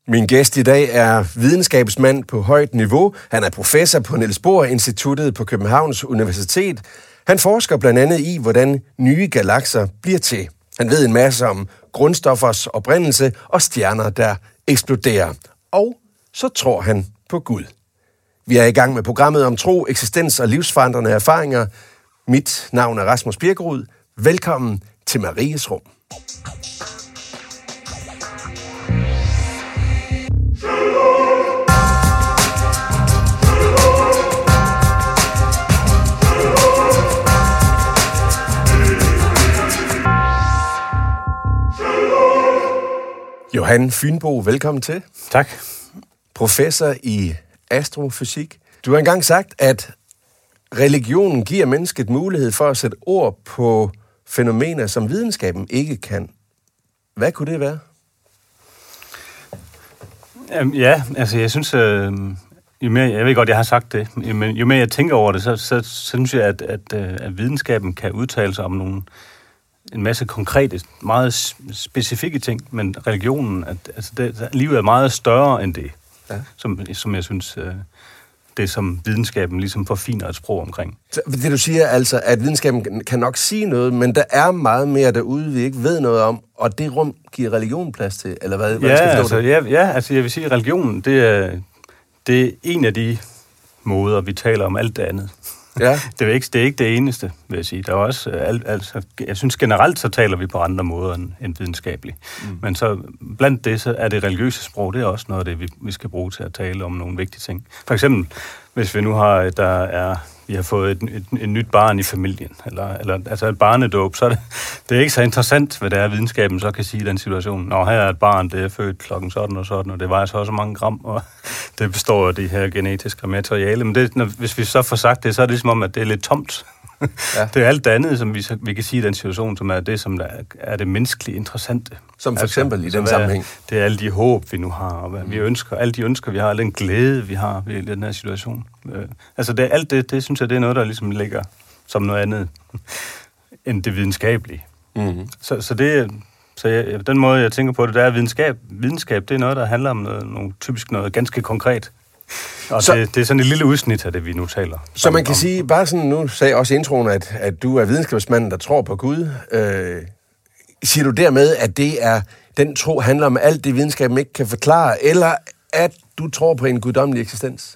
Min gæst i dag er videnskabsmand på højt niveau. Han er professor på Niels Bohr Instituttet på Københavns Universitet. Han forsker blandt andet i, hvordan nye galakser bliver til. Han ved en masse om grundstoffers oprindelse og stjerner, der eksploderer. Og så tror han på Gud. Vi er i gang med programmet om tro, eksistens og livsforandrende erfaringer. Mit navn er Rasmus Birkerud. Velkommen til Maries Rum. Johan Fynbo, velkommen til. Tak. Professor i astrofysik. Du har engang sagt, at religionen giver mennesket mulighed for at sætte ord på fænomener, som videnskaben ikke kan. Hvad kunne det være? Ja, altså jeg synes, jo mere, jeg ved godt, jeg har sagt det, men jo mere jeg tænker over det, så synes jeg, at videnskaben kan udtale sig om en masse konkrete, meget specifikke ting, men religionen, livet er meget større end det, ja. som jeg synes, det som videnskaben ligesom forfiner et sprog omkring. Så det du siger altså, at videnskaben kan nok sige noget, men der er meget mere derude, vi ikke ved noget om, og det rum giver religionen plads til, eller hvad? Altså jeg vil sige, at religionen, det er en af de måder, vi taler om alt det andet. Ja. Det er ikke det eneste, vil jeg sige. Der er også, jeg synes generelt, så taler vi på andre måder end videnskabeligt. Men så blandt det, så er det religiøse sprog, det er også noget af det, vi skal bruge til at tale om nogle vigtige ting. For eksempel, hvis vi nu vi har fået et nyt barn i familien, eller altså et barnedåb, så det er ikke så interessant, hvad det er, videnskaben så kan sige i den situation. Nå, her er et barn, det er født klokken sådan og sådan, og det vejer så også mange gram, og det består af det her genetiske materiale. Men hvis vi så får sagt det, så er det ligesom om, at det er lidt tomt. Ja. Det er alt det andet, som vi kan sige i den situation, som er det, som der er det menneskeligt interessante. Som for eksempel i den sammenhæng? Det er alle de håb, vi nu har, og hvad vi ønsker, alle de ønsker, vi har, al den glæde, vi har i den her situation. Altså alt det synes jeg, det er noget, der ligesom ligger som noget andet end det videnskabelige. Mm-hmm. Så den måde, jeg tænker på det, der er videnskab, det er noget, der handler om typisk noget ganske konkret. Og det er sådan et lille udsnit af det, vi nu taler. Så man kan sige, bare sådan, nu sagde også introen, at du er videnskabsmanden, der tror på Gud. Siger du dermed, at den tro handler om alt det, videnskaben ikke kan forklare, eller at du tror på en guddommelig eksistens?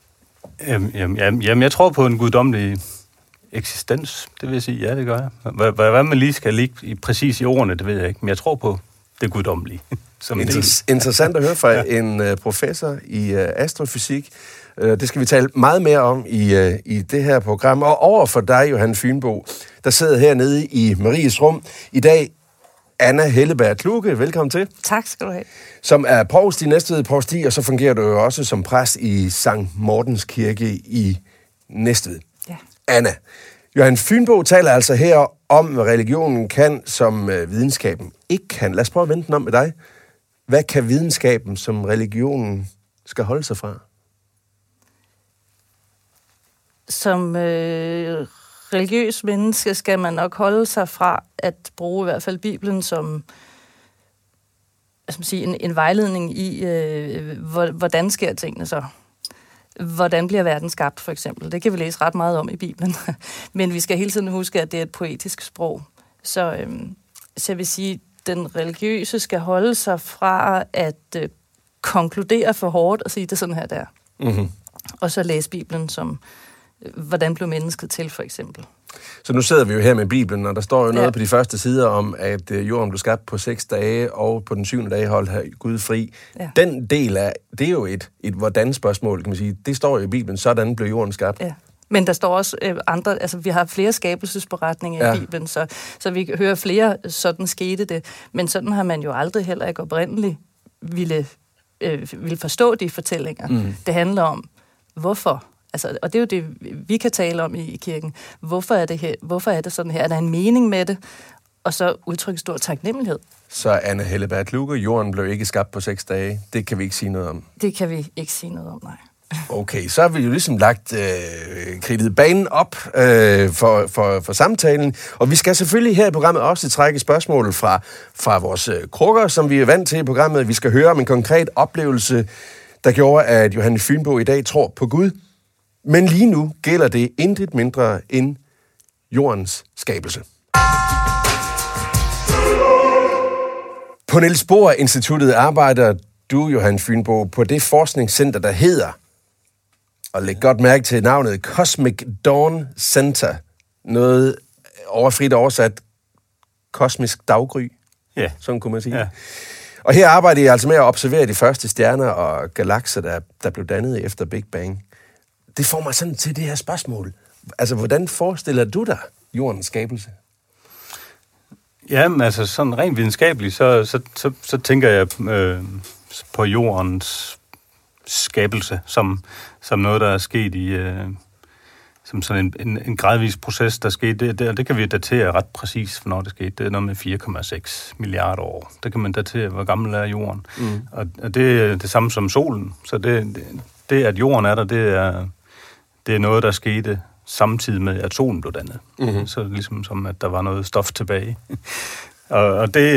Jamen, jeg tror på en guddommelig eksistens, det vil jeg sige, ja, det gør jeg. Hvad man lige skal ligge præcis i ordene, det ved jeg ikke, men jeg tror på det guddommelige. Interessant at høre fra en professor i astrofysik. Det skal vi tale meget mere om i det her program. Og over for dig, Johan Fynbo, der sidder hernede i Maries Rum i dag, Anna Helleberg Kluge. Velkommen til. Tak skal du have. Som er provst i Næstved Provsti, og så fungerer du jo også som præst i Sankt Mortens Kirke i Næstved. Ja. Anna, Johan Fynbo taler altså her om, hvad religionen kan, som videnskaben ikke kan. Lad os prøve at vente den om med dig. Hvad kan videnskaben, som religionen skal holde sig fra? Som religiøs menneske skal man nok holde sig fra at bruge i hvert fald Bibelen som en vejledning i, hvordan sker tingene så. Hvordan bliver verden skabt, for eksempel. Det kan vi læse ret meget om i Bibelen. Men vi skal hele tiden huske, at det er et poetisk sprog. Så jeg vil sige, den religiøse skal holde sig fra at konkludere for hårdt og sige, det er sådan her der. Mm-hmm. Og så læse Bibelen som, hvordan blev mennesket til, for eksempel. Så nu sidder vi jo her med Bibelen, og der står jo noget på de første sider om, at jorden blev skabt på 6 dage, og på den 7. dag holdt Gud fri. Ja. Den del af, det er jo et hvordan-spørgsmål, kan man sige. Det står jo i Bibelen, sådan blev jorden skabt. Ja. Men der står også andre, altså vi har flere skabelsesberetninger i Bibelen, så vi hører flere, sådan skete det. Men sådan har man jo aldrig heller ikke oprindeligt ville forstå de fortællinger. Mm. Det handler om, hvorfor. Altså, og det er jo det, vi kan tale om i kirken. Hvorfor er det sådan her? Er der en mening med det? Og så udtrykke stor taknemmelighed. Så Anna Helleberg Kluge, jorden blev ikke skabt på 6 dage. Det kan vi ikke sige noget om. Det kan vi ikke sige noget om, nej. Okay, så har vi jo ligesom lagt kridtet banen op for samtalen, og vi skal selvfølgelig her i programmet også trække spørgsmål fra vores krukker, som vi er vant til i programmet. Vi skal høre om en konkret oplevelse, der gjorde, at Johanne Fynbo i dag tror på Gud. Men lige nu gælder det intet mindre end jordens skabelse. På Niels Bohr Instituttet arbejder du, Johanne Fynbo, på det forskningscenter, der hedder, og læg godt mærke til navnet, Cosmic Dawn Center. Noget overfrit oversat kosmisk daggry, sådan kunne man sige. Ja. Og her arbejder I altså med at observere de første stjerner og galakser, der blev dannet efter Big Bang. Det får mig sådan til det her spørgsmål. Altså, hvordan forestiller du dig jordens skabelse? Jamen, altså sådan rent videnskabeligt, så tænker jeg på jordens skabelse som noget, der er sket i som sådan en gradvis proces, der skete. Det kan vi datere ret præcis, hvornår det skete. Det er noget med 4,6 milliarder år. Det kan man datere, hvor gammel er jorden. Mm. Og det er det samme som solen. Så det at jorden er der, det er noget, der skete samtidig med, at solen blev dannet. Mm-hmm. Så ligesom som, at der var noget stof tilbage. og det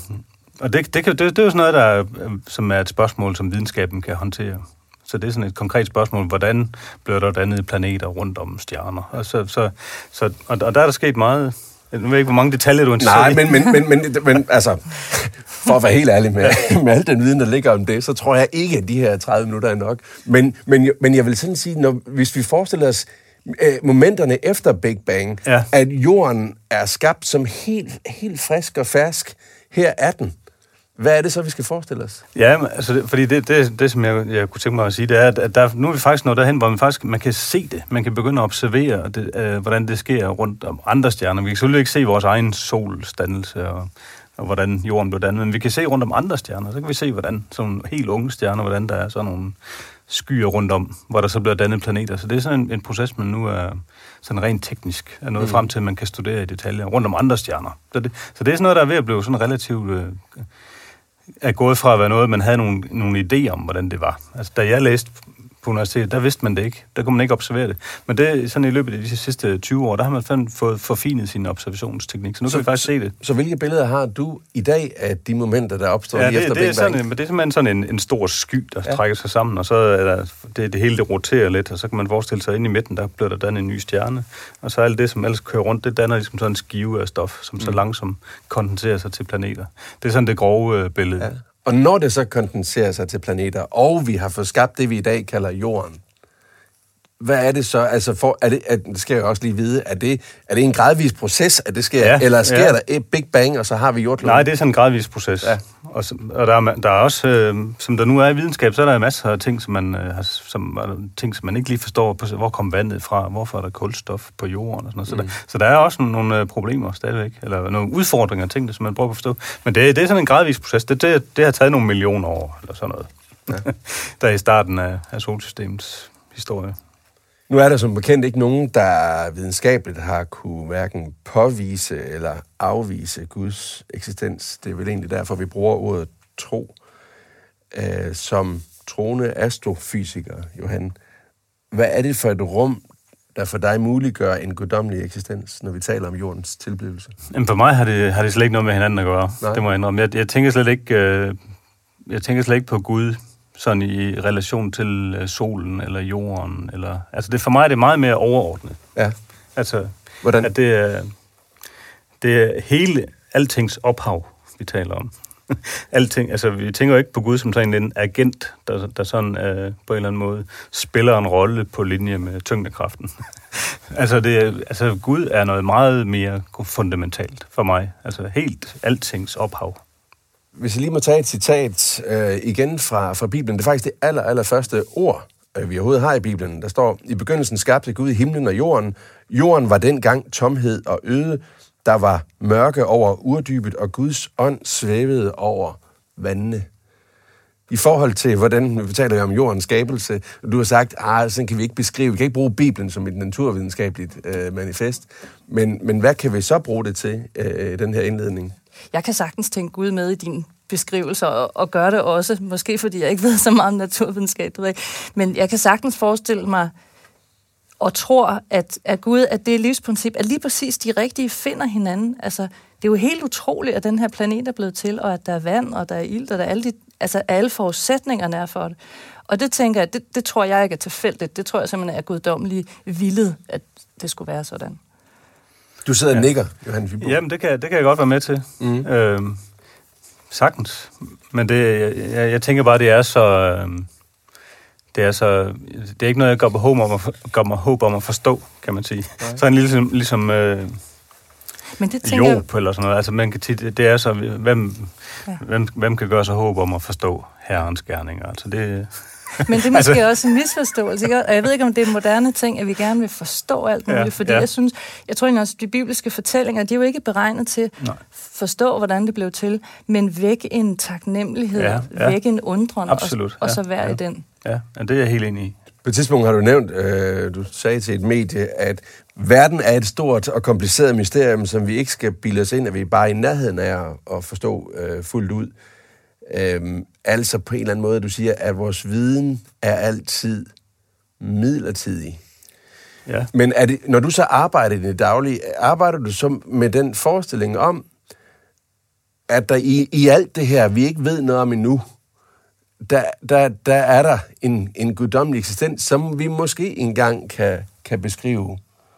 er jo sådan noget, som er et spørgsmål, som videnskaben kan håndtere. Så det er sådan et konkret spørgsmål, hvordan bliver der dannet planeter rundt om stjerner? Og der er der sket meget. Jeg ved ikke, hvor mange detaljer du interesserer. Nej, men altså, for at være helt ærlig med al den viden, der ligger om det, så tror jeg ikke, at de her 30 minutter er nok. Men jeg vil sådan sige, hvis vi forestiller os momenterne efter Big Bang, at jorden er skabt som helt frisk og fersk, her er den. Hvad er det så, vi skal forestille os? Ja, altså, fordi det som jeg kunne tænke mig at sige, det er, at nu er vi faktisk nået derhen, hvor man kan se det. Man kan begynde at observere, hvordan det sker rundt om andre stjerner. Vi kan selvfølgelig ikke se vores egen sols dannelse og hvordan jorden blev dannet, men vi kan se rundt om andre stjerner. Så kan vi se, hvordan sådan nogle helt unge stjerner, hvordan der er sådan nogle skyer rundt om, hvor der så bliver dannet planeter. Så det er sådan en proces, man nu er sådan rent teknisk er nået frem til, at man kan studere i detaljer rundt om andre stjerner. Så det er sådan noget, der er ved at blive sådan relativt er gået fra at være noget, man havde nogle idéer om, hvordan det var. Altså, da jeg læste på universitetet, der vidste man det ikke. Der kunne man ikke observere det. Men det er sådan i løbet af de sidste 20 år, der har man fået forfinet sin observationsteknik. Så nu kan vi faktisk se det. Så hvilke billeder har du i dag af de momenter, der opstår lige efter Big Bang? Det er simpelthen sådan en stor sky, der trækker sig sammen, og så er det hele det roterer lidt, og så kan man forestille sig, at inde i midten, der bliver der dannet en ny stjerne. Og så alt det, som ellers kører rundt, det danner ligesom sådan en skive af stof, som så langsomt kondenserer sig til planeter. Det er sådan det grove billede. Ja. Og når det så kondenserer sig til planeter, og vi har fået skabt det, vi i dag kalder jorden, hvad er det så? Altså, det skal jeg også lige vide, er det en gradvis proces, at det sker, eller sker der et Big Bang, og så har vi jordkloden? Nej, det er sådan en gradvis proces. Ja. Og der er også, som der nu er i videnskab, så er der masser af ting, som man ikke lige forstår. Hvor kom vandet fra? Hvorfor er der kulstof på jorden? Og sådan noget. Så der er også nogle problemer stadigvæk, eller nogle udfordringer af ting, som man prøver at forstå. Men det er sådan en gradvis proces. Det har taget nogle millioner år, eller sådan noget. Ja. Der er i starten af solsystemets historie. Nu er der som bekendt ikke nogen, der videnskabeligt har kunne hverken påvise eller afvise Guds eksistens. Det er vel egentlig derfor, vi bruger ordet tro. Som troende astrofysiker, Johan, hvad er det for et rum, der for dig muliggør en guddommelig eksistens, når vi taler om jordens tilblivelse? Jamen for mig har det slet ikke noget med hinanden at gøre. Nej. Det må jeg indrømme. Jeg tænker slet ikke på Gud sådan i relation til solen eller jorden, eller altså det for mig er det meget mere overordnet. Ja. Altså hvordan? At det er hele altings ophav, vi taler om. Alting, altså vi tænker jo ikke på Gud som sådan en agent, der sådan på en eller anden måde spiller en rolle på linje med tyngdekraften. altså Gud er noget meget mere fundamentalt for mig. Altså helt altings ophav. Hvis jeg lige må tage et citat igen fra Bibelen, det er faktisk det allerførste ord, vi overhovedet har i Bibelen. Der står, i begyndelsen skabte Gud himlen og jorden. Jorden var dengang tomhed og øde. Der var mørke over urdybet, og Guds ånd svævede over vandene. I forhold til, hvordan vi taler om jordens skabelse, du har sagt, sådan kan vi ikke beskrive, vi kan ikke bruge Bibelen som et naturvidenskabeligt manifest, men hvad kan vi så bruge det til, den her indledning? Jeg kan sagtens tænke Gud med i din beskrivelser, og gør det også, måske fordi jeg ikke ved så meget om naturvidenskab, men jeg kan sagtens forestille mig, og tror, at Gud, at det er livsprincip, at lige præcis de rigtige finder hinanden. Altså, det er jo helt utroligt, at den her planet er blevet til, og at der er vand, og der er ilt, og der er alle forudsætningerne er for det. Og det tænker jeg, det tror jeg ikke er tilfældigt. Det tror jeg simpelthen er guddommelig villet, at det skulle være sådan. Du sidder og nikker, Johan Fynbo. Jamen, det kan jeg godt være med til. Sagtens. Men jeg tænker bare, det er ikke noget, jeg gør mig håb om at forstå, kan man sige. Nej. Så en ligesom men det tænker Job eller sådan noget. Altså, man kan det er så, hvem kan gøre sig håb om at forstå Herrens gerninger? Altså, det... Men det er måske også en misforståelse, ikke? Og jeg ved ikke, om det er en moderne ting, at vi gerne vil forstå alt muligt, fordi jeg tror egentlig også, at de bibelske fortællinger, de er jo ikke beregnet til at forstå, hvordan det blev til, men væk en taknemmelighed, væk en undren, og så være i den. Ja, det er jeg helt enig i. På et tidspunkt har du nævnt, du sagde til et medie, at verden er et stort og kompliceret mysterium, som vi ikke skal bilde os ind, at vi bare er i nærheden af at forstå fuldt ud. Altså på en eller anden måde, du siger, at vores viden er altid midlertidig. Ja. Men når du så arbejder i det daglige, arbejder du så med den forestilling om, at der i alt det her, vi ikke ved noget om endnu, der er der en guddommelig eksistens, som vi måske engang kan beskrive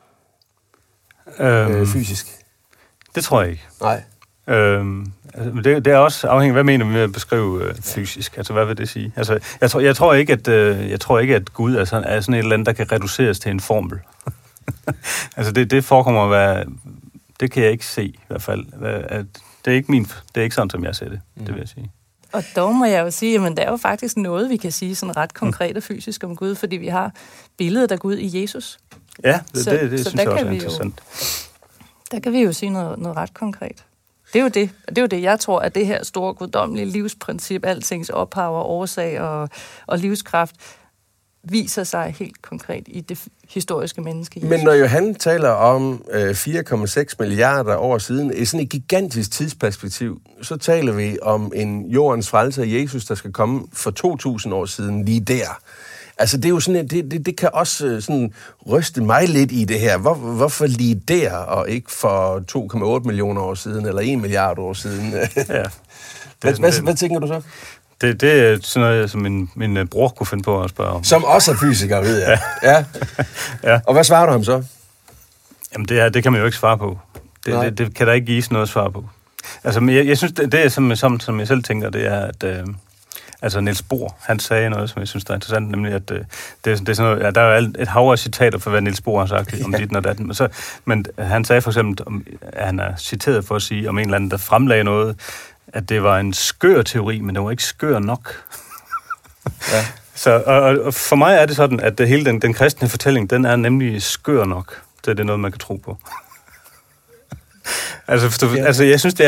fysisk? Det tror jeg ikke. Nej. Det er også afhængigt, hvad mener vi med at beskrive fysisk? Altså, hvad vil det sige? Altså, jeg tror ikke, at Gud er sådan et eller andet, der kan reduceres til en formel. Altså, det forekommer at være... Det kan jeg ikke se, i hvert fald. Det er ikke sådan, som jeg ser det, det vil jeg sige. Og dog må jeg jo sige, at der er jo faktisk noget, vi kan sige sådan ret konkret og fysisk om Gud, fordi vi har billedet af Gud i Jesus. Ja, det synes jeg også er interessant. Der kan vi jo sige noget ret konkret. Det er jo det, jeg tror, at det her store guddommelige livsprincip, altings ophav og årsag og livskraft, viser sig helt konkret i det historiske menneske. Jesus. Men når Johan taler om 4,6 milliarder år siden, i sådan et gigantisk tidsperspektiv, så taler vi om en jordens frelser Jesus, der skal komme for 2.000 år siden lige der. Altså, det er jo sådan, det kan også sådan ryste mig lidt i det her. Hvorfor lige der, og ikke for 2,8 millioner år siden, eller 1 milliard år siden? Ja. Hvad tænker du så? Det er sådan noget, som min bror kunne finde på at spørge om. Som også er fysiker, ved jeg. Ja. Og hvad svarer du ham så? Jamen, det kan man jo ikke svare på. Det kan der ikke gives noget svar på. Altså, jeg synes, det er som jeg selv tænker, det er, at... Altså Niels Bohr, han sagde noget, som jeg synes er interessant, nemlig at det er sådan noget, ja, der er jo et hav af citater for, hvad Niels Bohr har sagt om dit og datten. Men han sagde for eksempel, at han er citeret for at sige om en eller anden, der fremlagde noget, at det var en skør teori, men det var ikke skør nok. Ja. Så og for mig er det sådan, at hele den kristne fortælling, den er nemlig skør nok. Det er noget, man kan tro på. Altså, jeg synes, det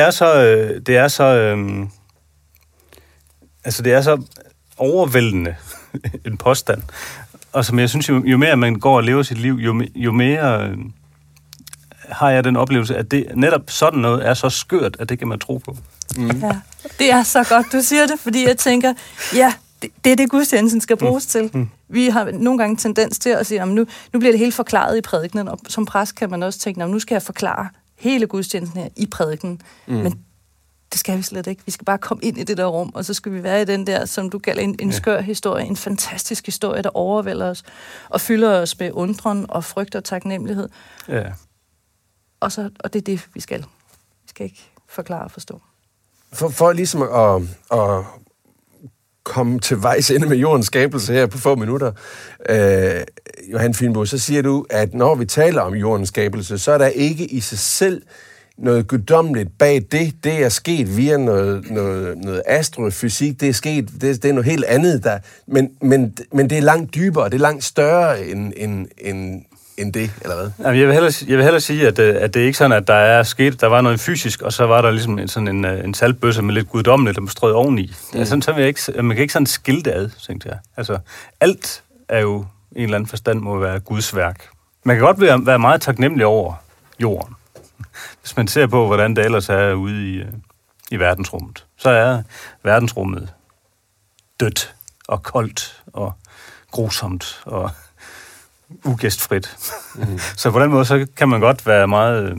er så overvældende en påstand. Og som jeg synes, jo mere man går og lever sit liv, jo mere har jeg den oplevelse, at det netop sådan noget er så skørt, at det kan man tro på. Ja, det er så godt, du siger det, fordi jeg tænker, ja, det er det, gudstjenesten skal bruges til. Vi har nogle gange tendens til at sige, at nu bliver det hele forklaret i prædikenen, og som præst kan man også tænke, at nu skal jeg forklare hele gudstjenesten her i prædikenen. Men det skal vi slet ikke. Vi skal bare komme ind i det der rum, og så skal vi være i den der, som du kalder en skør historie, en fantastisk historie, der overvælder os, og fylder os med undren og frygt og taknemmelighed. Ja. Og det er det, vi skal. Vi skal ikke forklare og forstå. For ligesom at komme til vejs ende med jordens skabelse her på få minutter, Johan Fynbo, så siger du, at når vi taler om jordens skabelse, så er der ikke i sig selv noget guddommeligt bag det. Det er sket via noget astrofysik. Det er sket, det er noget helt andet der. Men det er langt dybere, det er langt større end det, eller hvad? Jamen, jeg vil hellere sige, at det er ikke sådan, at der var noget fysisk, og så var der ligesom en saltbøsse med lidt guddommeligt, der var strøget oveni. Altså, man kan ikke sådan skille det ad, tænkte jeg. Altså, alt er jo en eller anden forstand må være Guds værk. Man kan godt være meget taknemmelig over jorden. Hvis man ser på, hvordan det ellers er ude i verdensrummet, så er verdensrummet dødt og koldt og grusomt og ugæstfrit. Så på den måde, så kan man godt være meget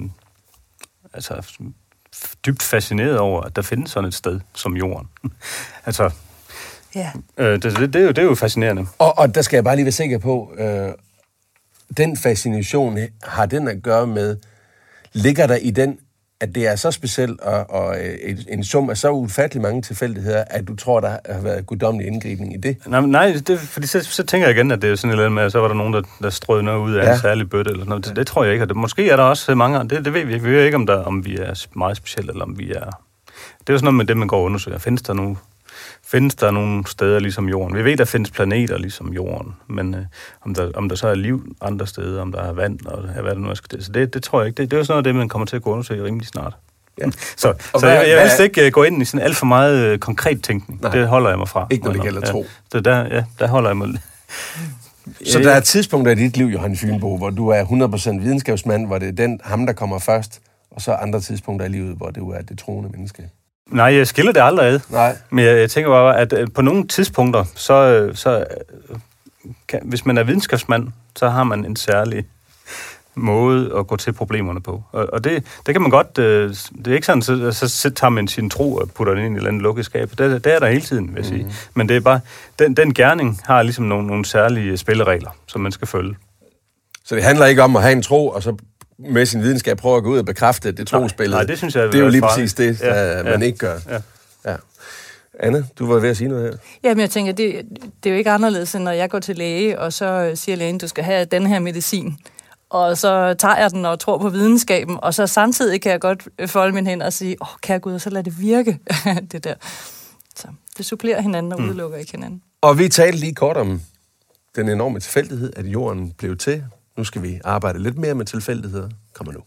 dybt fascineret over, at der findes sådan et sted som jorden. Altså, det er jo fascinerende. Og der skal jeg bare lige være sikker på, den fascination, har den at gøre med, ligger der i den, at det er så specielt, og en sum af så ufattelig mange tilfældigheder, at du tror, der har været guddommelig indgribning i det? Nej, fordi så tænker jeg igen, at det er sådan et eller andet med, at så var der nogen, der strøede noget ud af en særlig bøtte, eller noget. Det tror jeg ikke. Og måske er der også mange, det ved vi ikke. Vi ved ikke, om vi er meget specielle, eller om vi er... Det er jo sådan noget med det, man går og undersøger. Findes der nogle steder ligesom jorden? Vi ved, der findes planeter ligesom jorden, men om der så er liv andre steder, om der er vand, og hvad det nu er, så det tror jeg ikke. Det er jo sådan noget, det man kommer til at gå og undersøge rimelig snart. Ja. Så jeg vil helst ikke gå ind i sådan alt for meget konkret tænkning. Nej. Det holder jeg mig fra. Ikke når det gælder tro. Der holder jeg mig. Så der er tidspunkter i dit liv, Johan Fynbo, hvor du er 100% videnskabsmand, hvor det er ham, der kommer først, og så andre tidspunkter i livet, hvor du er det troende menneske? Nej, jeg skiller det aldrig ad. Nej. Men jeg tænker bare, at på nogle tidspunkter, så hvis man er videnskabsmand, så har man en særlig måde at gå til problemerne på. Og det kan man godt... Det er ikke sådan, så tager man sin tro og putter den ind i et eller andet lukket skab. Det er der hele tiden, vil jeg sige. Men det er bare... Den gerning har ligesom nogle særlige spilleregler, som man skal følge. Så det handler ikke om at have en tro, og så med sin videnskab prøve at gå ud og bekræfte det trospillet. Nej, det synes jeg... Det er jo lige præcis det, man ikke gør. Ja. Anne, du var ved at sige noget her. Jamen, jeg tænker, det er jo ikke anderledes, end når jeg går til læge, og så siger lægen, du skal have den her medicin. Og så tager jeg den og tror på videnskaben, og så samtidig kan jeg godt folde mine hænder og sige, kære Gud, så lad det virke, det der. Så det supplerer hinanden og udelukker ikke hinanden. Og vi talte lige kort om den enorme tilfældighed, at jorden blev til. Nu skal vi arbejde lidt mere med tilfældigheder. Kommer nu.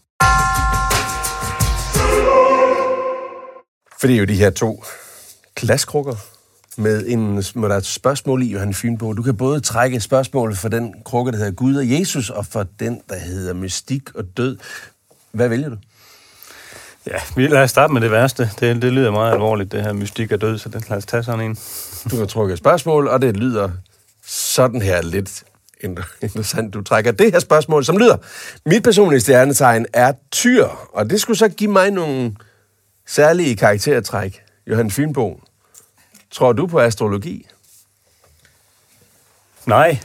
For det er jo de her 2 glaskrukker med der er et spørgsmål i, Johan Fynbo. Du kan både trække et spørgsmål for den krukke, der hedder Gud og Jesus, og for den, der hedder mystik og død. Hvad vælger du? Ja, lad os starte med det værste. Det lyder meget alvorligt, det her mystik og død, så lad os tage sådan en. Du har trukket et spørgsmål, og det lyder sådan her lidt interessant. Du trækker det her spørgsmål, som lyder: mit personlige stjernetegn er Tyr, og det skulle så give mig nogle særlige karaktertræk. Johan Fynbo, tror du på astrologi? Nej.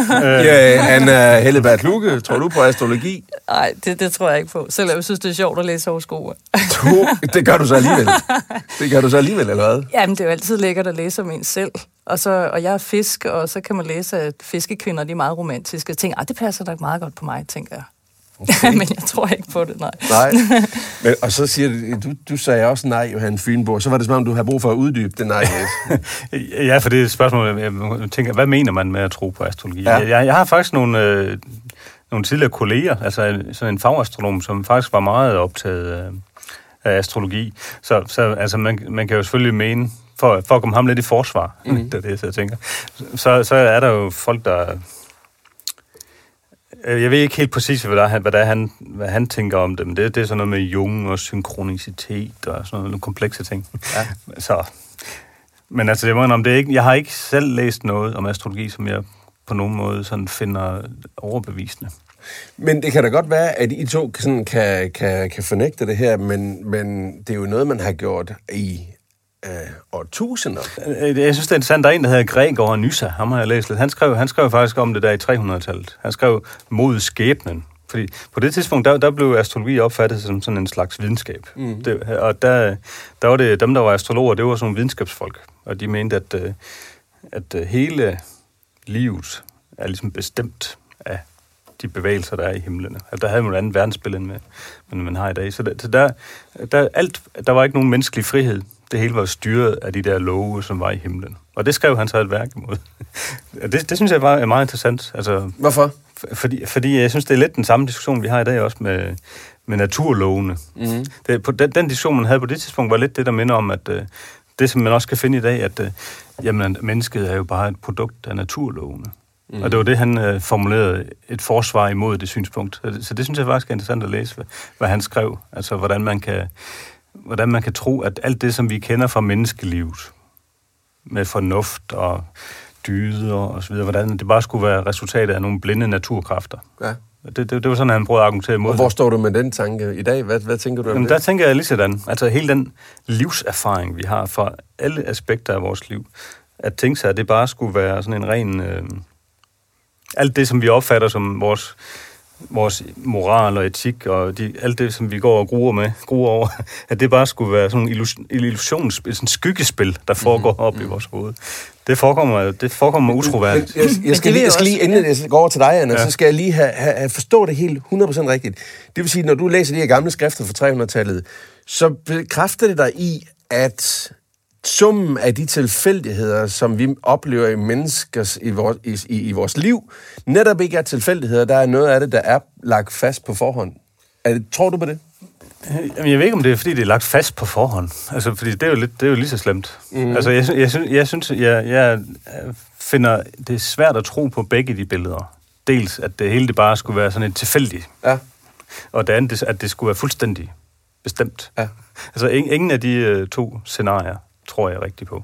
Anna Hellebert Luke, tror du på astrologi? Nej, det tror jeg ikke på. Selvom jeg synes, det er sjovt at læse horoskoper. Det gør du så alligevel. Det gør du så alligevel, eller hvad? Jamen, det er jo altid lækkert at læse om en selv. Og jeg er fisk, og så kan man læse, at fiskekvinder de er meget romantiske. Jeg tænker, det passer nok meget godt på mig, tænker jeg. Okay. Men jeg tror ikke på det, nej. Men, og så siger du sagde også nej, Johan Fynbo. Så var det som om, du har brug for at uddybe det nej. Ja, for det er et spørgsmål, jeg tænker, hvad mener man med at tro på astrologi? Ja. Jeg har faktisk nogle tidligere kolleger, altså sådan en fagastronom, som faktisk var meget optaget af astrologi. Så altså, man kan jo selvfølgelig mene, for at komme ham lidt i forsvar, det er det, jeg tænker, så er der jo folk, der... Jeg ved ikke helt præcis, hvad han tænker om det, men det er sådan noget med Jung og synkronicitet og sådan nogle komplekse ting. Ja. Men altså, det er ikke, jeg har ikke selv læst noget om astrologi, som jeg på nogen måde sådan finder overbevisende. Men det kan da godt være, at I to sådan kan fornægte det her, men det er jo noget, man har gjort i årtusinder. Jeg synes, det er interessant. Der er en, der hedder Gregor Nyssa. Ham har jeg læst lidt. Han skrev faktisk om det der i 300-tallet. Han skrev mod skæbnen. Fordi på det tidspunkt, der blev astrologi opfattet som sådan en slags videnskab. Og der var det dem, der var astrologer, det var sådan nogle videnskabsfolk. Og de mente, at hele livet er ligesom bestemt af de bevægelser, der er i himlene. Altså, der havde man et andet verdensbillede end man har i dag. Så der var ikke nogen menneskelig frihed. Det hele var styret af de der love, som var i himlen. Og det skrev han så et værk imod. Det synes jeg er meget interessant. Altså, hvorfor? Fordi jeg synes, det er lidt den samme diskussion, vi har i dag også med naturlovene. Mm-hmm. Den diskussion, man havde på det tidspunkt, var lidt det, der minder om, at det, som man også kan finde i dag, at mennesket er jo bare et produkt af naturlovene. Mm. Og det var det, han formulerede et forsvar imod det synspunkt. Så det synes jeg faktisk er interessant at læse, hvad han skrev. Altså, hvordan man kan hvordan man kan tro, at alt det, som vi kender fra menneskelivet, med fornuft og dyder og så videre, hvordan det bare skulle være resultatet af nogle blinde naturkræfter. Ja. Det var sådan, han prøvede at argumentere imod. Og hvor står du med den tanke i dag? Hvad tænker du om det? Der tænker jeg lige sådan. Altså hele den livserfaring, vi har fra alle aspekter af vores liv, at tænke sig, at det bare skulle være sådan en ren... alt det, som vi opfatter som vores moral og etik, og alt det, som vi går og gruer over, at det bare skulle være sådan en sådan skyggespil, der foregår op i vores hoved. Det forekommer utroværdigt. Jeg skal lige, inden jeg går over til dig, Anna, så skal jeg lige have forstå det helt 100% rigtigt. Det vil sige, når du læser de her gamle skrifter fra 300-tallet, så bekræfter det dig i, at summen af de tilfældigheder, som vi oplever i mennesker i vores liv, netop ikke er tilfældigheder. Der er noget af det, der er lagt fast på forhånd. Tror du på det? Jamen, jeg ved ikke, om det er, fordi det er lagt fast på forhånd. Altså, fordi det er jo lige så slemt. Mm. Altså, jeg synes, jeg finder det svært at tro på begge de billeder. Dels, at det hele det bare skulle være sådan et tilfældigt. Ja. Og det andet, at det skulle være fuldstændig bestemt. Ja. Altså, ingen af de to scenarier tror jeg rigtig på.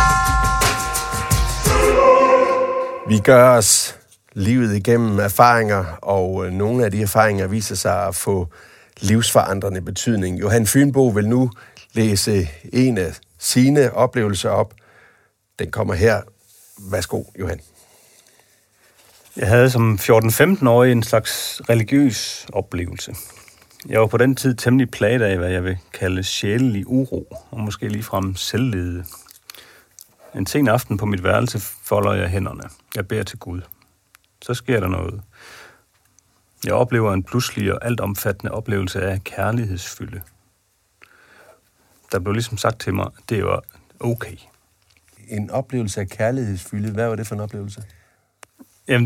Vi gør os livet igennem erfaringer, og nogle af de erfaringer viser sig at få livsforandrende betydning. Johan Fynbo vil nu læse en af sine oplevelser op. Den kommer her. Værsgo, Johan. Jeg havde som 14-15-årig en slags religiøs oplevelse. Jeg var på den tid temmelig plaget af, hvad jeg vil kalde sjælelig uro, og måske ligefrem selvlede. En sen aften på mit værelse folder jeg hænderne. Jeg beder til Gud. Så sker der noget. Jeg oplever en pludselig og altomfattende oplevelse af kærlighedsfylde. Der blev ligesom sagt til mig, at det var okay. En oplevelse af kærlighedsfylde. Hvad var det for en oplevelse? Jamen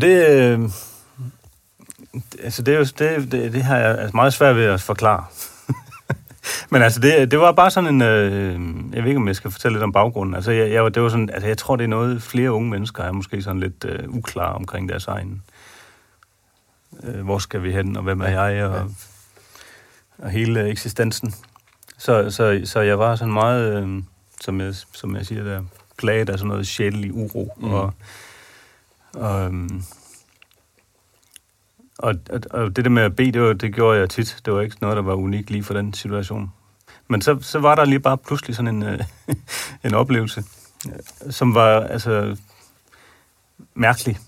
det har jeg altså meget svært ved at forklare. Men altså, det var bare sådan en... jeg ved ikke, om jeg skal fortælle lidt om baggrunden. Altså, det var sådan, altså, jeg tror, det er noget, flere unge mennesker er måske sådan lidt uklare omkring deres egen... hvor skal vi hen, og hvem er jeg, og hele eksistensen. Så jeg var sådan meget, som jeg siger der, plaget af sådan noget sjælelig uro, og det der med at bede, det gjorde jeg tit. Det var ikke noget, der var unikt lige for den situation. Men så var der lige bare pludselig sådan en oplevelse, som var altså mærkelig.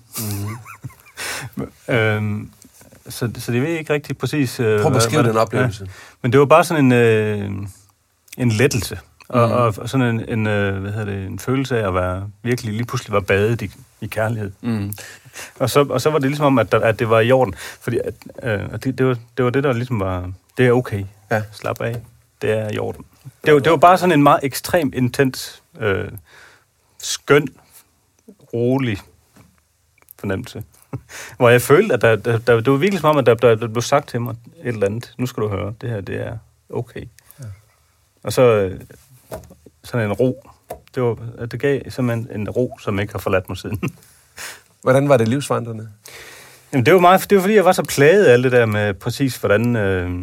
Så det ved jeg ikke rigtig præcis... Prøv at beskrive den oplevelse. Ja. Men det var bare sådan en lettelse. Og sådan en følelse af at være virkelig lige pludselig var badet i kærlighed. Mm. Og så var det ligesom om, at det var i orden. Fordi det var det, der ligesom var... Det er okay. Ja. Slap af. Det er i orden. Det var bare sådan en meget ekstrem, intens, skøn, rolig fornemmelse. Hvor jeg følte, at det var virkelig som om, at der blev sagt til mig et eller andet. Nu skal du høre, det her, det er okay. Ja. Og så sådan en ro. Det gav simpelthen en ro, som ikke har forladt mig siden. Hvordan var det livsforandrende? Jamen, det var fordi, jeg var så plaget af alt det der med præcis, hvordan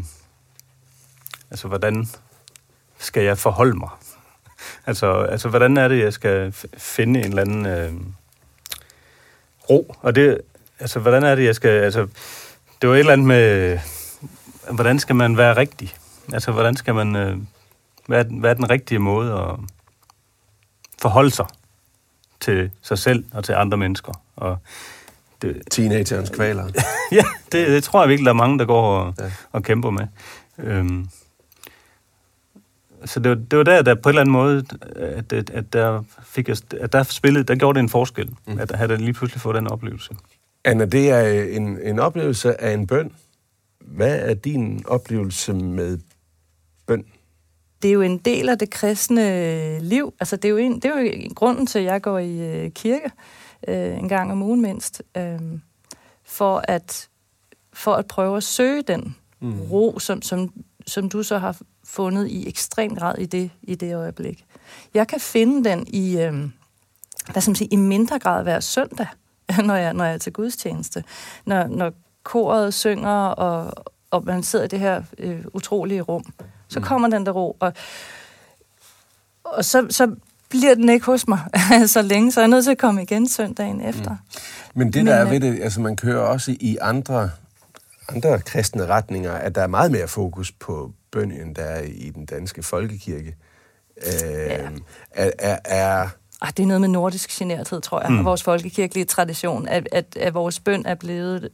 skal jeg forholde mig? altså, hvordan er det, jeg skal finde en eller anden ro? Og det, altså, hvordan er det, jeg skal... Altså, det var et eller andet med, hvordan skal man være rigtig? Altså, hvordan skal man... hvad er den rigtige måde at forholde sig til sig selv og til andre mennesker? Og teenagerens kvaler. Ja, det tror jeg virkelig, der er mange, der går og kæmper med. Så det var der på en eller anden måde, der gjorde det en forskel, at jeg havde lige pludselig fået den oplevelse. Anna, det er en oplevelse af en bøn. Hvad er din oplevelse med bøn? Det er jo en del af det kristne liv. Altså, det er jo grunden til, at jeg går i kirke en gang om ugen mindst, for at prøve at søge den ro, som du så har fundet i ekstrem grad i det øjeblik. Jeg kan finde den i mindre grad hver søndag, når jeg er til gudstjeneste. Når koret synger, og man sidder i det her utrolige rum, Så kommer den der ro, og så bliver den ikke hos mig så længe, så er jeg nødt til at komme igen søndagen efter. Men det der er ved det, altså man kører også i andre kristne retninger, at der er meget mere fokus på bøn, end der er i den danske folkekirke. Det er noget med nordisk generthed, tror jeg, og vores folkekirkelige tradition, at vores bøn er blevet...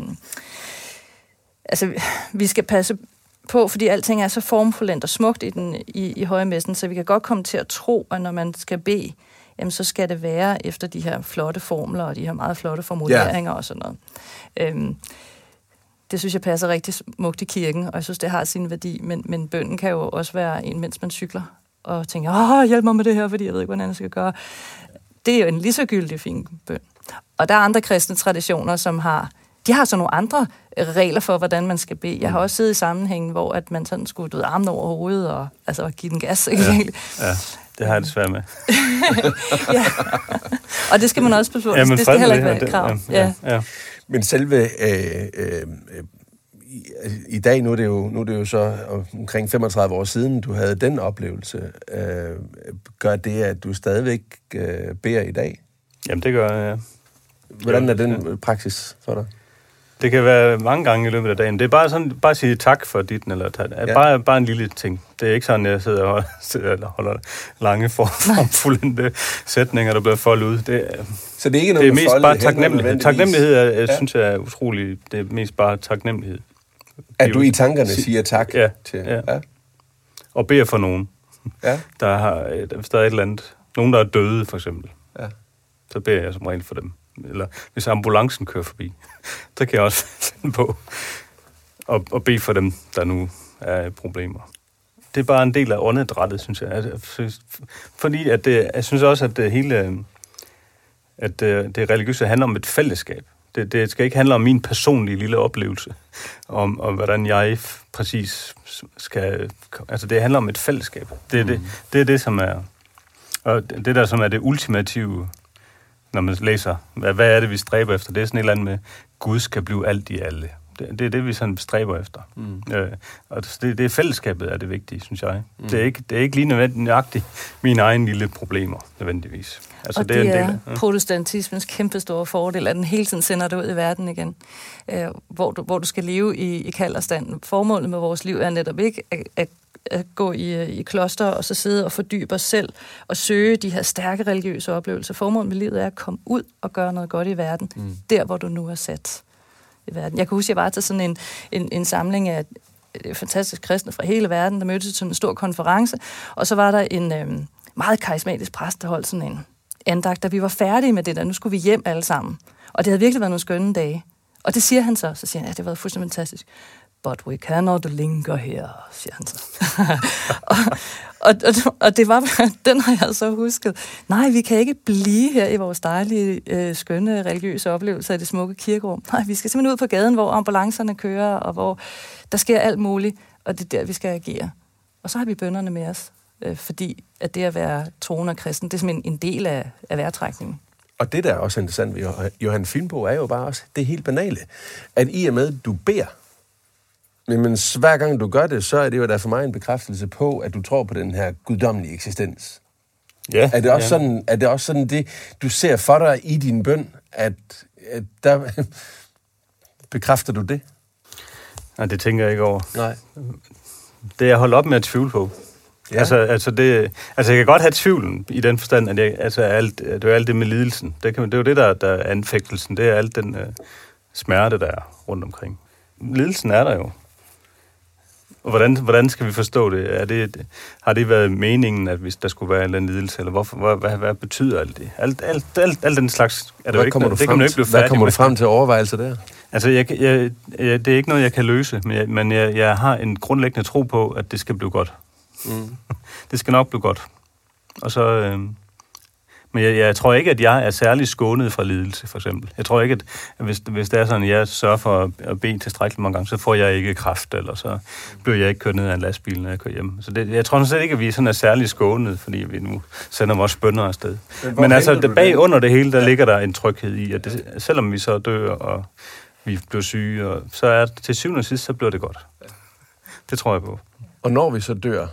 vi skal passe på, fordi alting er så formfuldendt og smukt i højmessen, så vi kan godt komme til at tro, at når man skal bede, jamen, så skal det være efter de her flotte formler og de her meget flotte formuleringer og sådan noget. Det synes jeg passer rigtig smukt i kirken, og jeg synes, det har sin værdi, men bønnen kan jo også være en, mens man cykler, og tænker, hjælp mig med det her, fordi jeg ved ikke, hvordan jeg skal gøre. Det er jo en lige så gyldig fin bøn. Og der er andre kristne traditioner, som har så nogle andre regler for, hvordan man skal bede. Jeg har også siddet i sammenhængen, hvor at man sådan skulle armen over hovedet og give den gas. Ikke? Ja, det har jeg det svært med. Ja. Og det skal man også beslutte. Det skal heller ikke være et krav. Ja. Men selve i dag, nu er det jo så omkring 35 år siden, du havde den oplevelse. Gør det, at du stadigvæk beder i dag? Jamen, det gør jeg, ja. Hvordan er den praksis for dig? Det kan være mange gange i løbet af dagen. Det er bare sådan, bare sige tak for dit, eller bare en lille ting. Det er ikke sådan, at jeg sidder og holder lange formfulde sætninger, der bliver foldet ud. Så det er ikke noget det er mest bare taknemmelighed. Taknemmelighed synes jeg er utroligt. Det er mest bare taknemmelighed. At du i tankerne siger tak til... Ja. Og beder for nogen. Ja. Hvis der er et eller andet. Nogen, der er døde, for eksempel. Ja. Så beder jeg som regel for dem. Eller hvis ambulancen kører forbi, så kan jeg også finde på at bede for dem, der nu er problemer. Det er bare en del af åndedrættet, synes jeg. Fordi jeg synes også, at det hele det religiøse handler om et fællesskab. Det skal ikke handle om min personlige lille oplevelse, om hvordan jeg præcis skal... Altså, det handler om et fællesskab. Det er det, som er... Og det der, som er det ultimative, når man læser, hvad er det, vi stræber efter? Det er sådan et eller andet med, Gud skal blive alt i alle. Det er det, vi sådan stræber efter. Og det er fællesskabet, er det vigtige, synes jeg. Det er ikke lige nødvendigt mine egne lille problemer, nødvendigvis. Altså, og det er protestantismens kæmpestore fordel, at den hele tiden sender dig ud i verden igen, hvor du skal leve i kalderstand. Formålet med vores liv er netop ikke at gå i kloster og så sidde og fordybe os selv og søge de her stærke religiøse oplevelser. Formålet med livet er at komme ud og gøre noget godt i verden, der hvor du nu er sat i verden. Jeg kan huske, jeg var til sådan en samling af fantastiske kristne fra hele verden, der mødtes til en stor konference, og så var der en meget karismatisk præst, der holdt sådan en andagt, da vi var færdige med det der. Nu skulle vi hjem alle sammen. Og det havde virkelig været nogle skønne dage. Og det siger han så. Så siger han, det har været fuldstændig fantastisk. But we cannot linger here, siger han så. og det var, den har jeg så husket. Nej, vi kan ikke blive her i vores dejlige, skønne religiøse oplevelser i det smukke kirkerum. Nej, vi skal simpelthen ud på gaden, hvor ambulancerne kører, og hvor der sker alt muligt, og det er der, vi skal agere. Og så har vi bønnerne med os, fordi at det at være troende og kristen, det er simpelthen en del af vejrtrækningen. Og det, der er også interessant ved Johan Fynbo, er jo bare også det helt banale, at i og med, at du beder, men hver gang du gør det, så er det jo der for mig en bekræftelse på, at du tror på den her guddommelige eksistens. Ja. Er det også sådan det, du ser for dig i din bøn, at der bekræfter du det? Nej, det tænker jeg ikke over. Nej. Det er jeg holdt op med at tvivle på. Ja. Altså jeg kan godt have tvivlen i den forstand, at det er alt det med lidelsen. Det er jo det, der er anfægtelsen. Det er alt den smerte, der er rundt omkring. Lidelsen er der jo. Og hvordan skal vi forstå det? Har det været meningen, at hvis der skulle være en eller anden lidelse, eller hvad betyder alt det? Alt den slags er det jo ikke. Det kan man jo ikke blive færdig med. Hvad kommer du frem til overvejelser der? Altså, det er ikke noget, jeg kan løse, men jeg har en grundlæggende tro på, at det skal blive godt. Det skal nok blive godt. Og så... Men jeg tror ikke, at jeg er særlig skånet fra lidelse, for eksempel. Jeg tror ikke, at hvis det er sådan, at jeg sørger for at bede tilstrækkeligt mange gange, så får jeg ikke kræft, eller så bliver jeg ikke kørt ned af en lastbil, når jeg kører hjem. Så jeg tror slet ikke, at vi sådan er særlig skånet, fordi vi nu sender vores bønner afsted. Men altså, bag under det hele, der ligger der en tryghed i, at selvom vi så dør, og vi bliver syge, og så er til syvende og sidst, så bliver det godt. Det tror jeg på. Og når vi så dør,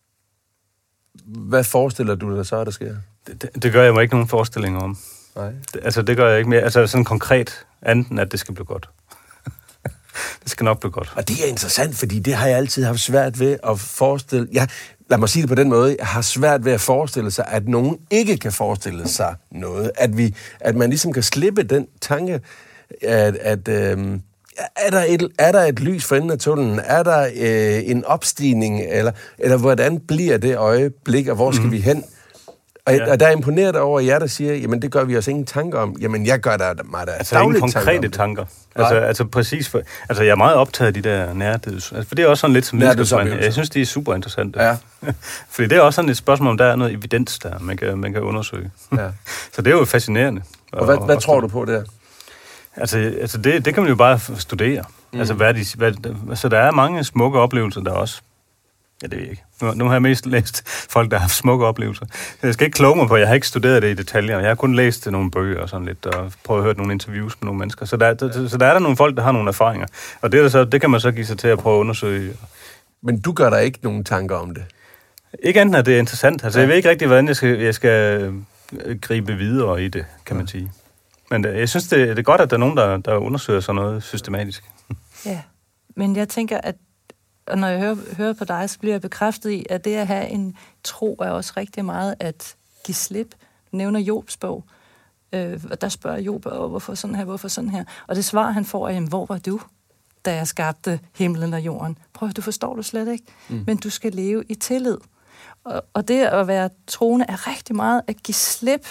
hvad forestiller du dig så, der sker? Det gør jeg mig ikke nogen forestillinger om. Nej. Det gør jeg ikke mere. Altså sådan konkret, anden at det skal blive godt. Det skal nok blive godt. Og det er interessant, fordi det har jeg altid haft svært ved at forestille. Lad mig sige det på den måde. Jeg har svært ved at forestille sig, at nogen ikke kan forestille sig noget. At man ligesom kan slippe den tanke, at er der et lys for enden af tunnelen? Er der en opstigning? Eller hvordan bliver det øjeblik, og hvor skal vi hen? Og der er imponeret over jer, der siger, jamen det gør vi os ingen tanker om. Jamen jeg gør der mig der altså ingen konkrete tanker. Altså præcis for, altså jeg er meget optaget af de der nærdøds. Altså, for det er også sådan lidt som videnskabsmand. Jeg synes, det er super interessant. Ja. Fordi det er også sådan et spørgsmål, om der er noget evidens der, man kan undersøge. Ja. Så det er jo fascinerende. Og hvad tror du på der? Altså det kan man jo bare studere. Altså så der er mange smukke oplevelser der også. Ja, det ved jeg ikke. Nu har jeg mest læst folk, der har haft smukke oplevelser. Jeg skal ikke kloge mig på, jeg har ikke studeret det i detaljer. Jeg har kun læst nogle bøger og sådan lidt, og prøvet at høre nogle interviews med nogle mennesker. Så der er der nogle folk, der har nogle erfaringer. Og det kan man så give sig til at prøve at undersøge. Men du gør der ikke nogen tanker om det? Ikke enten at det er interessant. Altså jeg ved ikke rigtig, hvordan jeg skal gribe videre i det, kan man sige. Men jeg synes, det er godt, at der er nogen, der undersøger sådan noget systematisk. Ja, men jeg tænker, at og når jeg hører på dig, så bliver jeg bekræftet i, at det at have en tro er også rigtig meget at give slip. Du nævner Jobs bog, og der spørger Job, hvorfor sådan her? Og det svar, han får, er, hvor var du, da jeg skabte himlen og jorden? Prøv, du forstår du slet ikke. Men du skal leve i tillid. Og det at være troende er rigtig meget at give slip,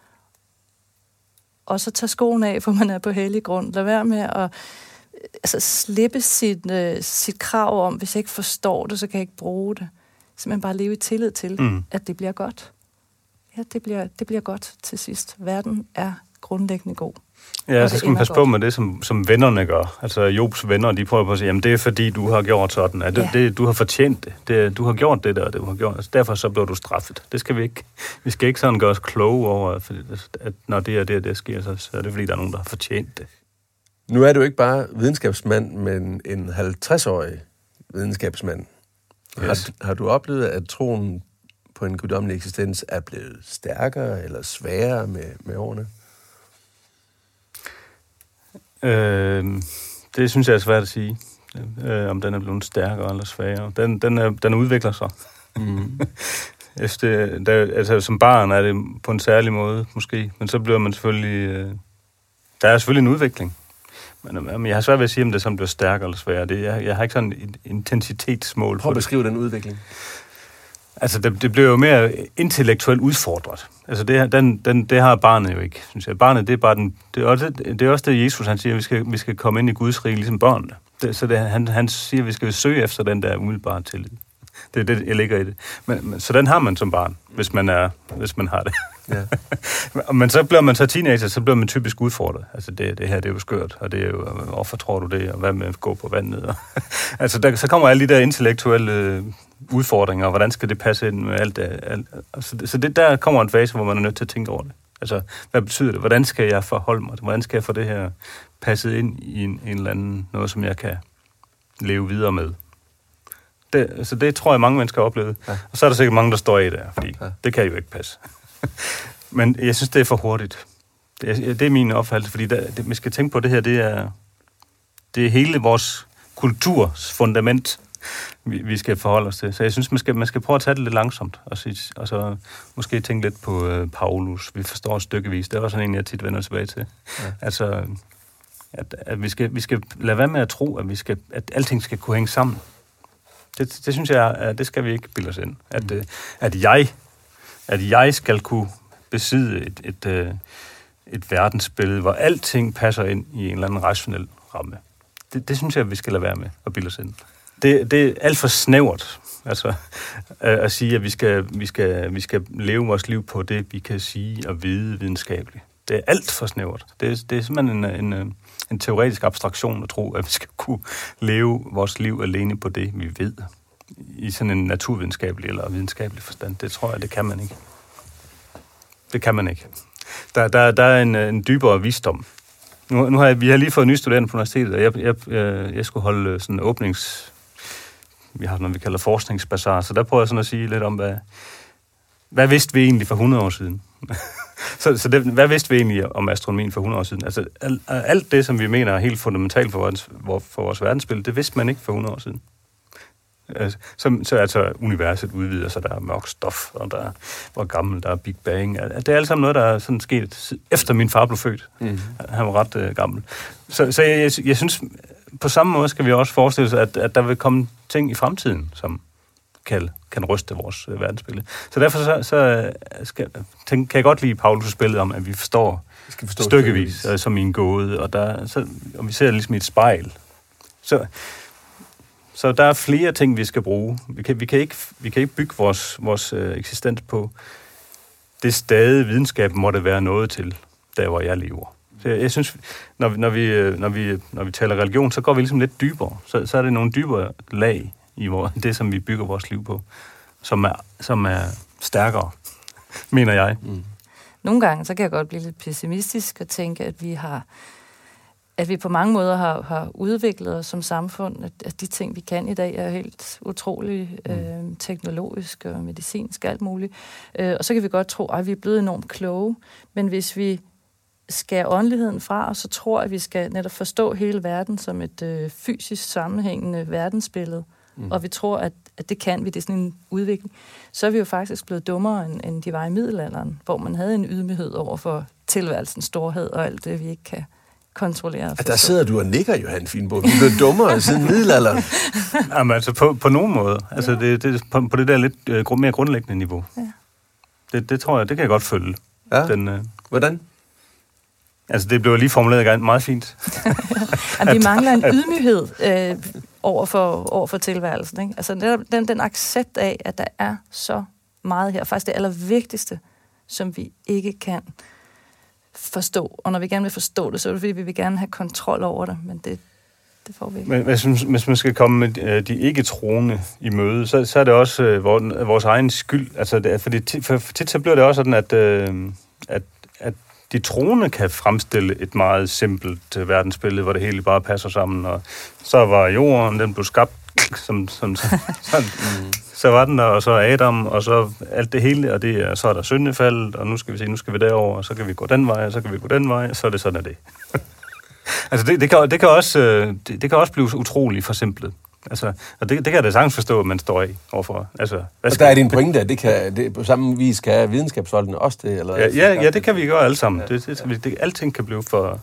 og så tage skoen af, for man er på hellig grund. Lad være med at slippe sit krav om, hvis jeg ikke forstår det, så kan jeg ikke bruge det. Simpelthen bare leve i tillid til, at det bliver godt. Ja, det bliver godt til sidst. Verden er grundlæggende god. Ja, så skal man passe på med det, som vennerne gør. Altså Jobs venner, de prøver på at sige, jamen det er fordi, du har gjort sådan. Du har fortjent det. Du har gjort det der, du har gjort. Altså, derfor så bliver du straffet. Det skal vi ikke. Vi skal ikke sådan gøre os kloge over, at når det sker, så er det fordi, der er nogen, der har fortjent det. Nu er du ikke bare videnskabsmand, men en 50-årig videnskabsmand. Yes. Har du oplevet, at troen på en guddommelig eksistens er blevet stærkere eller sværere med årene? Det synes jeg er svært at sige, om den er blevet stærkere eller sværere. Den udvikler sig. Altså, som barn er det på en særlig måde, måske. Men så bliver man selvfølgelig... der er selvfølgelig en udvikling. Men jeg har svært ved at sige, om det sådan bliver stærkere eller sværere. Jeg har ikke sådan et intensitetsmål. Prøv at beskrive den udvikling. Altså, det bliver jo mere intellektuelt udfordret. Altså, det har barnet jo ikke, synes jeg. Barnet, det er bare det er også det, Jesus han siger, vi skal komme ind i Guds rige, ligesom børnene. Han siger, at vi skal søge efter den der umiddelbare tillid. Det er det, jeg ligger i det. Så den har man som barn, hvis man har det. Ja. Men så bliver man så teenager, så bliver man typisk udfordret. Altså det her, det er jo skørt, og det er jo, hvorfor tror du det, og hvad med at gå på vandet? Altså så kommer alle de der intellektuelle udfordringer, og hvordan skal det passe ind med alt det? Så der kommer en fase, hvor man er nødt til at tænke over det. Altså, hvad betyder det? Hvordan skal jeg forholde mig? Hvordan skal jeg få det her passet ind i en eller anden, noget som jeg kan leve videre med? Så det tror jeg, mange mennesker har oplevet. Ja. Og så er der sikkert mange, der står i der, fordi det kan jo ikke passe. Men jeg synes, det er for hurtigt. Det er min opfattelse, fordi vi skal tænke på, det her, det er hele vores kulturs fundament, vi skal forholde os til. Så jeg synes, man skal prøve at tage det lidt langsomt, og så måske tænke lidt på Paulus. Vi forstår stykkevis. Det er også sådan en, jeg tit vender tilbage til. Ja. Altså, at vi skal lade være med at tro, at alting skal kunne hænge sammen. Det synes jeg, at det skal vi ikke bilde os ind. At jeg skal kunne besidde et verdensbillede, hvor alting passer ind i en eller anden rationel ramme. Det synes jeg, vi skal lade være med at bilde os ind. Det er alt for snævert, altså at sige, at vi skal leve vores liv på det, vi kan sige og vide videnskabeligt. Det er alt for snævert. Det er simpelthen en teoretisk abstraktion at tro, at vi skal kunne leve vores liv alene på det, vi ved. I sådan en naturvidenskabelig eller videnskabelig forstand. Det tror jeg, det kan man ikke. Det kan man ikke. Der er en dybere visdom. Vi har lige fået nye studerende på universitetet, og jeg skulle holde sådan en vi har noget, vi kalder forskningsbazar, så der prøver jeg sådan at sige lidt om, hvad vidste vi egentlig for 100 år siden? Hvad vidste vi egentlig om astronomien for 100 år siden? Altså, alt det, som vi mener er helt fundamentalt for vores verdensbillede, det vidste man ikke for 100 år siden. Så altså universet udvider sig, der er mørk stof, og hvor gammel der er Big Bang. Det er alt sammen noget, der er sådan sket efter min far blev født. Han var ret gammel. Så jeg synes, på samme måde skal vi også forestille os, at der vil komme ting i fremtiden, som kan ryste vores verdensbillede. Så derfor kan jeg godt lide Paulus' billede om, at vi forstår stykkevis, som i en gåde, og vi ser ligesom i et spejl. Så der er flere ting, vi skal bruge. Vi kan ikke bygge vores eksistens på det stadig videnskab måtte være noget til, der hvor jeg lever. Så jeg synes, når vi taler religion, så går vi ligesom lidt dybere. Så er det nogle dybere lag i det, som vi bygger vores liv på, som er stærkere, mener jeg. Nogle gange, så kan jeg godt blive lidt pessimistisk og tænke, at vi på mange måder har udviklet os som samfund, at de ting, vi kan i dag, er helt utrolig teknologisk og medicinsk, alt muligt. Og så kan vi godt tro, at vi er blevet enormt kloge, men hvis vi skærer åndeligheden fra, og så tror, at vi skal netop forstå hele verden som et fysisk sammenhængende verdensbillede, og vi tror, at det kan vi, det er sådan en udvikling, så er vi jo faktisk blevet dummere, end de var i middelalderen, hvor man havde en ydmyghed over for tilværelsens storhed og alt det, vi ikke kan kontrollere. Der sidder du og nikker, Johan Fienborg. Vi er blevet dummere siden middelalderen. Jamen altså på nogen måde. Altså det på det der lidt mere grundlæggende niveau. Ja. Det tror jeg, det kan jeg godt følge. Ja. Hvordan? Altså det blev lige formuleret meget fint. Jamen, vi mangler en ydmyghed over for tilværelsen. Ikke? Altså den accept af, at der er så meget her. Faktisk det allervigtigste, som vi ikke kan forstå. Og når vi gerne vil forstå det, så er det fordi, vi vil gerne have kontrol over det, men det får vi ikke. Men hvis man skal komme med de ikke-troende i møde, så er det også vores egen skyld. Altså, fordi tit så bliver det også sådan, at de troende kan fremstille et meget simpelt verdensbillede, hvor det hele bare passer sammen, og så var jorden, den blev skabt sådan. Så var den der, og så Adam, og så alt det hele, og så er der syndefaldet, og nu skal vi derover, og så kan vi gå den vej, og så kan vi gå den vej, og så er det sådan, at det. Altså, det kan også blive utroligt forsimplet. Altså, og det kan jeg da sagtens forstå, at man står i overfor. Altså, og der er din pointe, at det på samme vis kan videnskabsfolkene også det? Eller ja, det kan vi gøre alle sammen. Alting kan blive for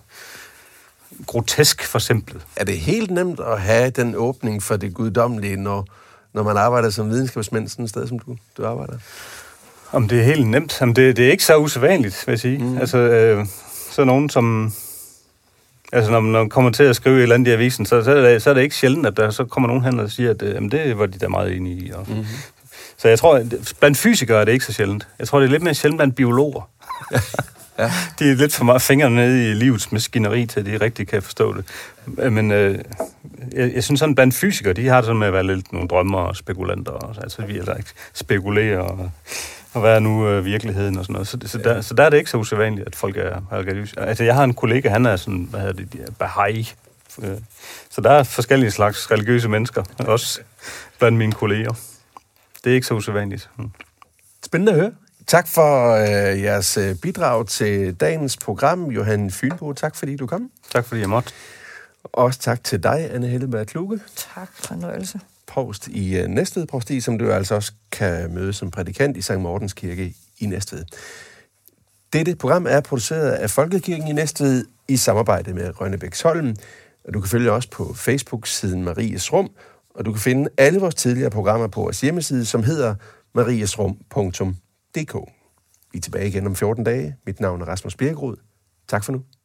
grotesk forsimplet. Er det helt nemt at have den åbning for det guddommelige, når man arbejder som videnskabsmand sådan et sted, som du arbejder? Om det er helt nemt? Jamen, det er ikke så usædvanligt, vil jeg sige. Altså, så nogen som... Altså, når man kommer til at skrive et eller andet i avisen, så er det ikke sjældent, at der så kommer nogen hen og siger, at det var de der meget enige i. Så jeg tror, blandt fysikere er det ikke så sjældent. Jeg tror, det er lidt mere sjældent blandt biologer. Ja. De er lidt for meget fingrene nede i livets maskineri, til at de rigtig kan forstå det. Men jeg synes sådan, blandt fysikere, de har det sådan med at være lidt nogle drømmer og spekulanter. Altså, vi er ikke spekulerer og hvad er nu virkeligheden og sådan noget. Så der er det ikke så usædvanligt, at folk er religiøse. Altså, jeg har en kollega, han er sådan, Baha'i. Så der er forskellige slags religiøse mennesker, også blandt mine kolleger. Det er ikke så usædvanligt. Spændende at høre. Tak for jeres bidrag til dagens program, Johan Fienborg. Tak fordi du kom. Tak fordi jeg måtte. Også tak til dig, Anne Helleberg Kluge. Tak for en nøjelse. Provst i Næstved Provsti, som du altså også kan møde som prædikant i Sankt Mortens Kirke i Næstved. Dette program er produceret af Folkekirken i Næstved i samarbejde med Rønnebæksholm. Og du kan følge os på Facebook-siden Maries Rum, og du kan finde alle vores tidligere programmer på vores hjemmeside, som hedder mariesrum.dk. Vi er tilbage igen om 14 dage. Mit navn er Rasmus Birkerud. Tak for nu.